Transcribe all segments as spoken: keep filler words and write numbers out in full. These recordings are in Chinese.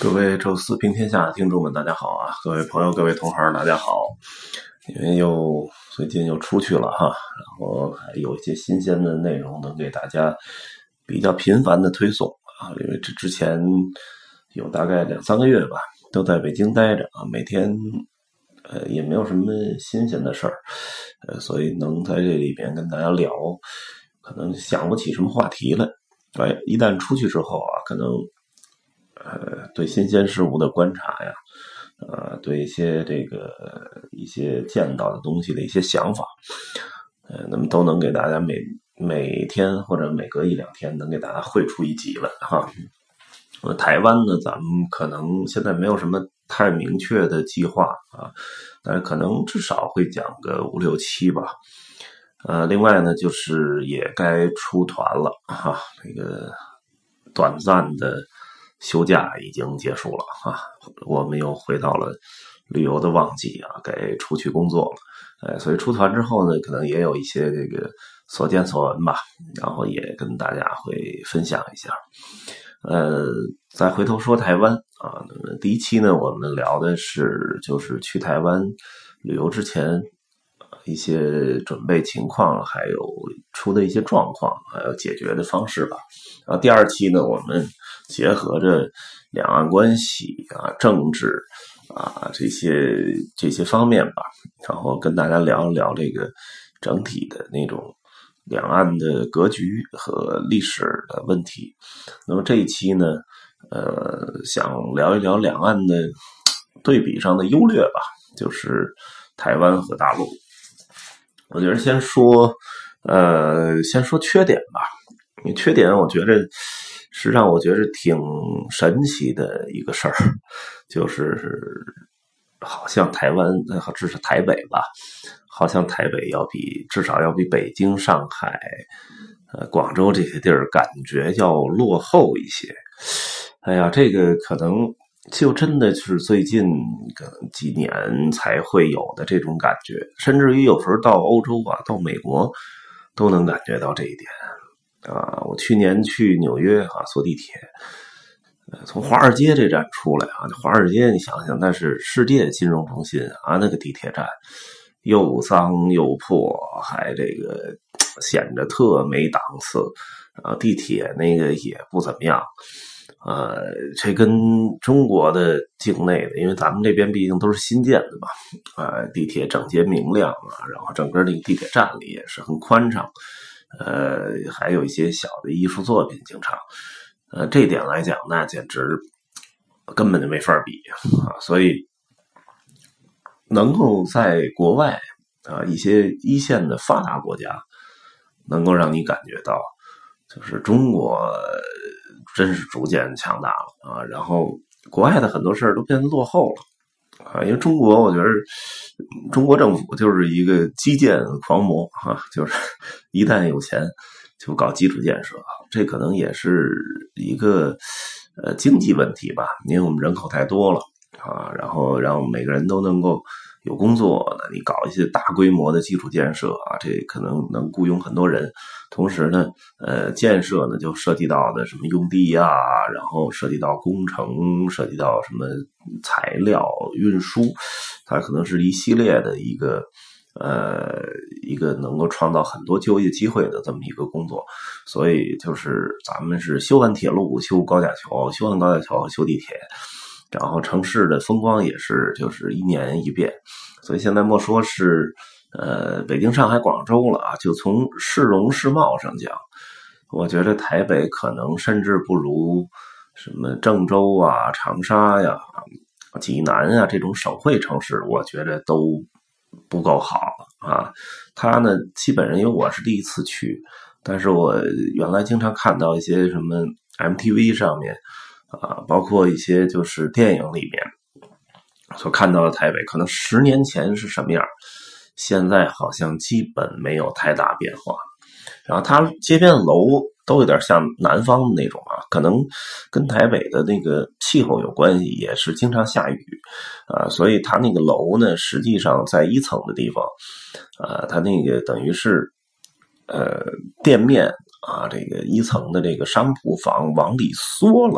各位周四平天下的听众们，大家好啊！各位朋友，各位同行，大家好。因为又最近又出去了哈，然后还有一些新鲜的内容能给大家比较频繁的推送啊。因为这之前有大概两三个月吧，都在北京待着啊，每天呃也没有什么新鲜的事儿，呃，所以能在这里边跟大家聊，可能想不起什么话题来。哎，一旦出去之后啊，可能呃对新鲜事物的观察呀。呃，对一些这个一些见到的东西的一些想法，呃，那么都能给大家每每天或者每隔一两天能给大家绘出一集来哈。呃，台湾呢，咱们可能现在没有什么太明确的计划啊，但是可能至少会讲个五六期吧。呃，另外呢，就是也该出团了哈，这个短暂的休假已经结束了啊，我们又回到了旅游的旺季啊，该出去工作了。哎，所以出团之后呢，可能也有一些这个所见所闻吧，然后也跟大家会分享一下。呃，再回头说台湾啊，那么第一期呢，我们聊的是就是去台湾旅游之前一些准备情况，还有出的一些状况，还有解决的方式吧。然后第二期呢，我们结合着两岸关系啊、政治啊这些这些方面吧，然后跟大家聊一聊这个整体的那种两岸的格局和历史的问题。那么这一期呢，呃，想聊一聊两岸的对比上的优劣吧，就是台湾和大陆。我觉得先说，呃，先说缺点吧。因为缺点，我觉得实际上我觉得挺神奇的一个事儿，就是好像台湾，至少台北吧，好像台北要比至少要比北京、上海、呃广州这些地儿感觉要落后一些。哎呀，这个可能就真的是最近可能几年才会有的这种感觉，甚至于有时候到欧洲啊，到美国都能感觉到这一点。啊，我去年去纽约啊，坐地铁，呃，从华尔街这站出来啊，华尔街你想想，那是世界金融中心啊，那个地铁站又脏又破，还这个显得特没档次啊，地铁那个也不怎么样。呃，这跟中国的境内的，因为咱们这边毕竟都是新建的嘛，呃，地铁整洁明亮啊，然后整个那个地铁站里也是很宽敞。呃，还有一些小的艺术作品经常，呃，这点来讲，那简直根本就没法比啊！所以能够在国外啊一些一线的发达国家，能够让你感觉到，就是中国真是逐渐强大了啊！然后国外的很多事儿都变得落后了。啊，因为中国，我觉得中国政府就是一个基建狂魔啊，就是一旦有钱就搞基础建设，这可能也是一个呃经济问题吧，因为我们人口太多了啊，然后让每个人都能够有工作，那你搞一些大规模的基础建设啊，这可能能雇佣很多人。同时呢，呃，建设呢就涉及到的什么用地呀、啊，然后涉及到工程，涉及到什么材料运输，它可能是一系列的一个呃一个能够创造很多就业机会的这么一个工作。所以就是咱们是修完铁路、修高架桥、修完高架桥、修地铁，然后城市的风光也是就是一年一变。所以现在莫说是呃，北京、上海、广州了啊，就从市容市貌上讲，我觉得台北可能甚至不如什么郑州啊、长沙呀、济南啊这种省会城市，我觉得都不够好啊。它呢，基本上因为我是第一次去，但是我原来经常看到一些什么 M T V 上面啊，包括一些就是电影里面所看到的台北，可能十年前是什么样，现在好像基本没有太大变化。然后它街边楼都有点像南方的那种啊，可能跟台北的那个气候有关系，也是经常下雨啊，所以它那个楼呢，实际上在一层的地方啊，它那个等于是呃店面啊，这个一层的这个商铺房往里缩了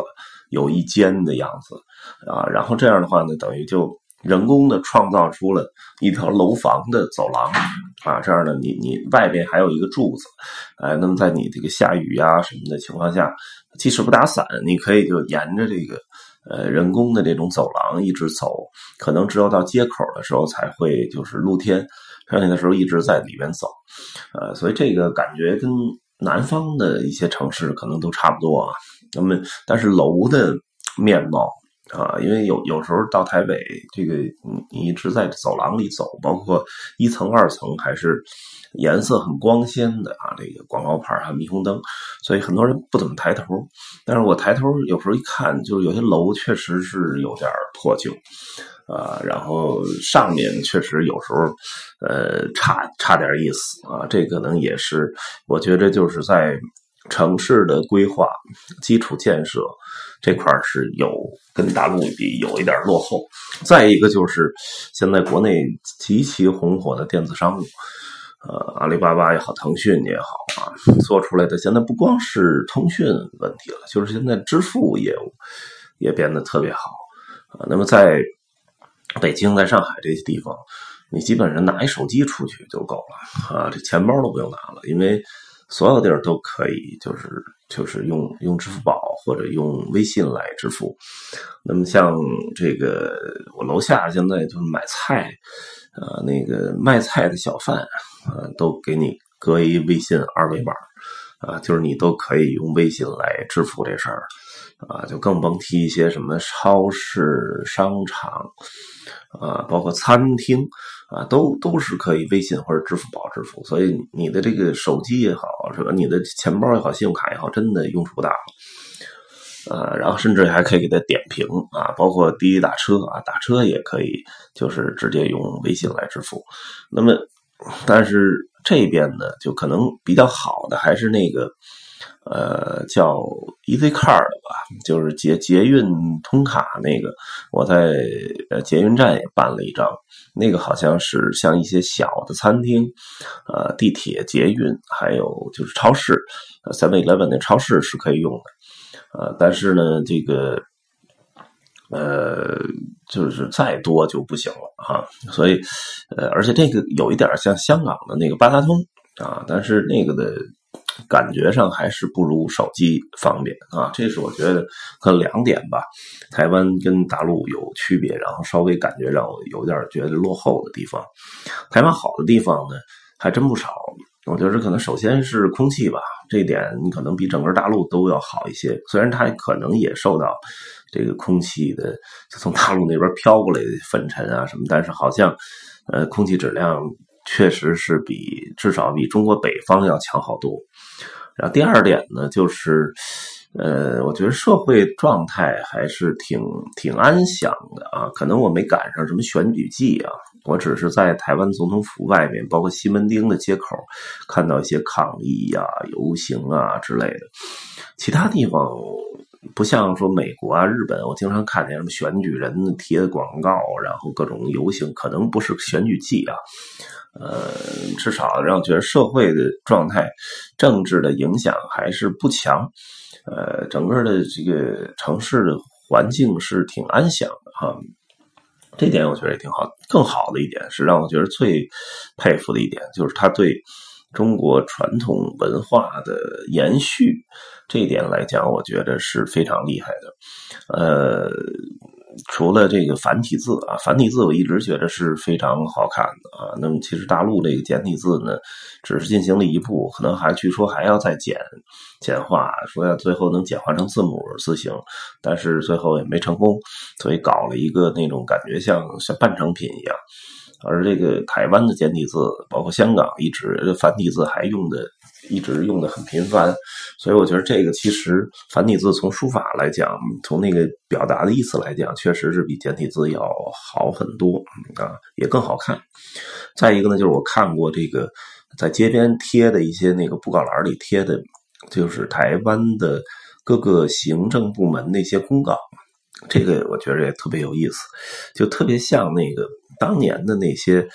有一间的样子啊。然后这样的话呢，等于就人工的创造出了一条楼房的走廊啊，这样呢，你你外边还有一个柱子，哎，那么在你这个下雨啊什么的情况下，即使不打伞，你可以就沿着这个呃人工的这种走廊一直走，可能只有到街口的时候才会就是露天，剩下的时候一直在里面走，呃，所以这个感觉跟南方的一些城市可能都差不多啊。那么，但是楼的面貌啊，因为有有时候到台北，这个你你一直在走廊里走，包括一层二层还是颜色很光鲜的啊，这个广告牌还有霓虹灯，所以很多人不怎么抬头。但是我抬头有时候一看，就是有些楼确实是有点破旧。啊，然后上面确实有时候，呃，差差点意思啊。这可能也是，我觉得就是在城市的规划、基础建设这块是有跟大陆比有一点落后。再一个就是现在国内极其红火的电子商务，呃，阿里巴巴也好，腾讯也好啊，做出来的现在不光是通讯问题了，就是现在支付业务也变得特别好啊。那么在北京在上海这些地方，你基本上拿一手机出去就够了啊，这钱包都不用拿了，因为所有地儿都可以，就是就是用用支付宝或者用微信来支付。那么像这个我楼下现在就买菜，呃，那个卖菜的小贩啊，都给你搁一微信二维码啊，就是你都可以用微信来支付这事儿啊，就更甭提一些什么超市、商场啊，包括餐厅啊，都都是可以微信或者支付宝支付。所以你的这个手机也好，是吧？你的钱包也好，信用卡也好，真的用处不大了。呃，然后甚至还可以给它点评啊，包括滴滴打车啊，打车也可以，就是直接用微信来支付。那么，但是这边呢，就可能比较好的还是那个，呃，叫 Easy Card 吧，就是捷捷运通卡那个，我在呃捷运站也办了一张，那个好像是像一些小的餐厅，呃，地铁、捷运，还有就是超市 ，seven eleven 的超市是可以用的。呃，但是呢，这个，呃，就是再多就不行了啊。所以，呃，而且这个有一点像香港的那个八达通啊，但是那个的感觉上还是不如手机方便啊。这是我觉得可能两点吧，台湾跟大陆有区别，然后稍微感觉让我有点觉得落后的地方。台湾好的地方呢，还真不少。我觉得可能首先是空气吧，这一点你可能比整个大陆都要好一些。虽然它可能也受到这个空气的就从大陆那边飘过来的粉尘啊什么，但是好像呃空气质量确实是比至少比中国北方要强好多。然后第二点呢，就是呃，我觉得社会状态还是挺挺安详的啊。可能我没赶上什么选举季啊，我只是在台湾总统府外面，包括西门町的街口，看到一些抗议啊、游行啊之类的。其他地方不像说美国啊、日本，我经常看见什么选举人贴的广告，然后各种游行，可能不是选举季啊。呃，至少让我觉得社会的状态、政治的影响还是不强。呃，整个的这个城市的环境是挺安详的哈，这点我觉得也挺好。更好的一点是让我觉得最佩服的一点，就是他对中国传统文化的延续，这一点来讲，我觉得是非常厉害的。呃，除了这个繁体字啊，繁体字我一直觉得是非常好看的啊。那么其实大陆这个简体字呢，只是进行了一步，可能还据说还要再简简化，说要最后能简化成字母字形，但是最后也没成功，所以搞了一个那种感觉像像半成品一样。而这个台湾的简体字，包括香港一直繁体字还用的一直用的很频繁，所以我觉得这个其实繁体字从书法来讲，从那个表达的意思来讲，确实是比简体字要好很多啊，也更好看。再一个呢，就是我看过这个在街边贴的一些那个布告栏里贴的，就是台湾的各个行政部门的一些公告，这个我觉得也特别有意思，就特别像那个当年的那些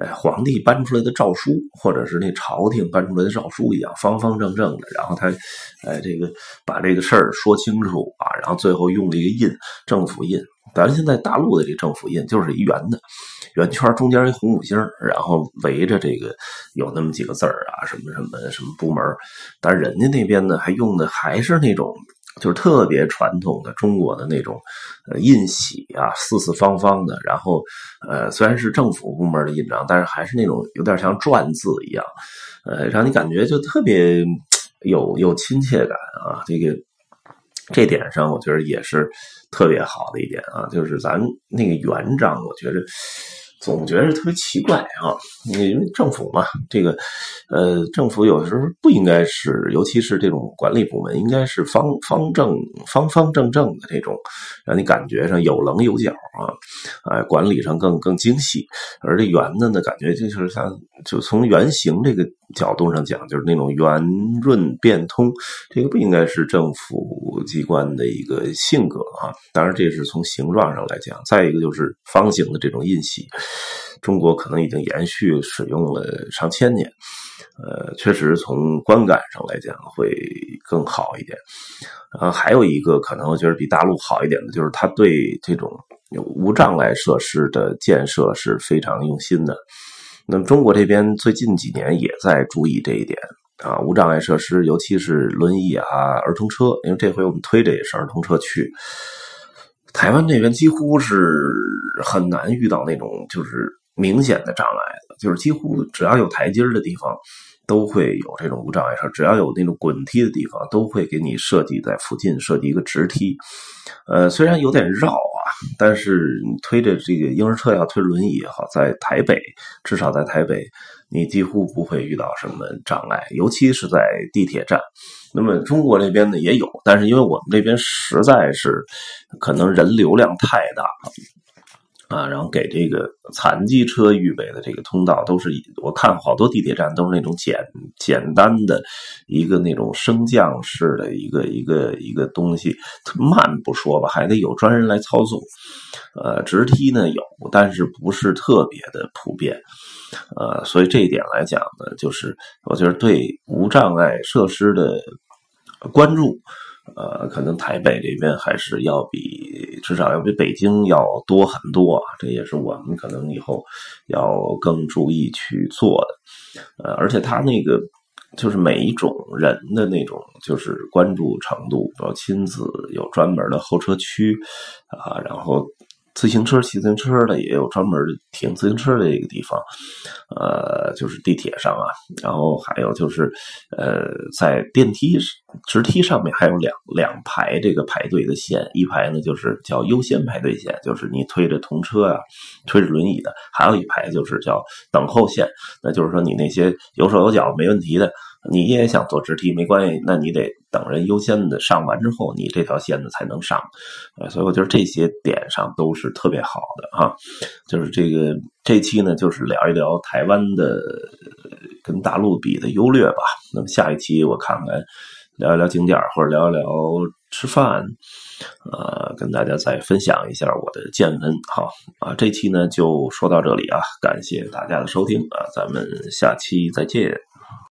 呃皇帝颁出来的诏书，或者是那朝廷颁出来的诏书一样，方方正正的，然后他呃这个把这个事儿说清楚啊，然后最后用了一个印，政府印。咱们现在大陆的这政府印就是一圆的圆圈，中间一红五星，然后围着这个有那么几个字儿啊，什么什么什么部门。但人家那边呢还用的还是那种就是特别传统的中国的那种呃印玺啊，四四方方的，然后呃虽然是政府部门的印章，但是还是那种有点像篆字一样，呃让你感觉就特别有有亲切感啊。这个这点上我觉得也是特别好的一点啊，就是咱那个原章我觉得总觉得特别奇怪啊，因为政府嘛，这个呃，政府有时候不应该是，尤其是这种管理部门，应该是方方正方方正正的这种，让你感觉上有棱有角啊，哎，管理上更更精细。而这圆的呢，感觉就是像就从原型这个角度上讲，就是那种圆润变通，这个不应该是政府机关的一个性格啊。当然，这是从形状上来讲，再一个就是方形的这种印玺。中国可能已经延续使用了上千年，呃，确实从观感上来讲会更好一点。呃，还有一个可能我觉得比大陆好一点的，就是它对这种无障碍设施的建设是非常用心的。那么中国这边最近几年也在注意这一点啊，无障碍设施，尤其是轮椅啊、儿童车，因为这回我们推着也是儿童车去。台湾这边几乎是很难遇到那种就是明显的障碍的，就是几乎只要有台阶的地方都会有这种无障碍设施，只要有那种滚梯的地方都会给你设计在附近设计一个直梯。呃，虽然有点绕啊，但是你推着这个婴儿车也好，推着轮椅也好，在台北，至少在台北你几乎不会遇到什么障碍，尤其是在地铁站。那么中国这边呢也有，但是因为我们这边实在是可能人流量太大啊，然后给这个残疾车预备的这个通道都是，我看好多地铁站都是那种简简单的一个那种升降式的一个一个一个东西，慢不说吧，还得有专人来操纵。呃，直梯呢有，但是不是特别的普遍。呃，所以这一点来讲呢，就是我觉得对无障碍设施的关注，呃，可能台北这边还是要比至少要比北京要多很多啊，这也是我们可能以后要更注意去做的。呃，而且他那个就是每一种人的那种就是关注程度，比如亲子有专门的候车区啊，然后自行车骑自行车的也有专门停自行车的一个地方，呃，就是地铁上啊，然后还有就是呃，在电梯直梯上面还有两两排这个排队的线，一排呢就是叫优先排队线，就是你推着童车啊，推着轮椅的，还有一排就是叫等候线，那就是说你那些有手有脚没问题的，你也想坐直梯没关系，那你得等人优先的上完之后，你这条线呢才能上。呃，所以我觉得这些点上都是特别好的哈。就是这个这期呢，就是聊一聊台湾的跟大陆比的优劣吧。那么下一期我看看聊一聊景点或者聊一聊吃饭，呃，跟大家再分享一下我的见闻。好啊，这期呢就说到这里啊，感谢大家的收听啊，咱们下期再见。